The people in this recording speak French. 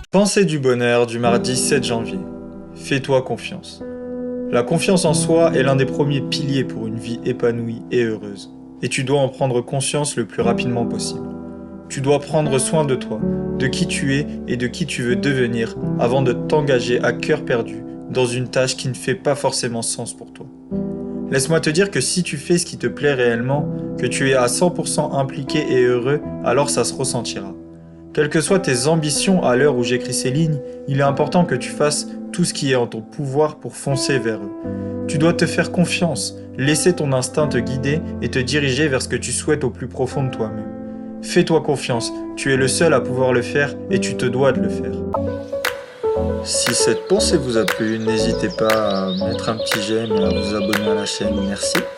Pensée du bonheur du mardi 7 janvier. Fais-toi confiance. La confiance en soi est l'un des premiers piliers pour une vie épanouie et heureuse. Et tu dois en prendre conscience le plus rapidement possible. Tu dois prendre soin de toi, de qui tu es et de qui tu veux devenir avant de t'engager à cœur perdu dans une tâche qui ne fait pas forcément sens pour toi. Laisse-moi te dire que si tu fais ce qui te plaît réellement, que tu es à 100% impliqué et heureux, alors ça se ressentira. Quelles que soient tes ambitions à l'heure où j'écris ces lignes, il est important que tu fasses tout ce qui est en ton pouvoir pour foncer vers eux. Tu dois te faire confiance, laisser ton instinct te guider et te diriger vers ce que tu souhaites au plus profond de toi-même. Fais-toi confiance, tu es le seul à pouvoir le faire et tu te dois de le faire. Si cette pensée vous a plu, n'hésitez pas à mettre un petit j'aime et à vous abonner à la chaîne. Merci.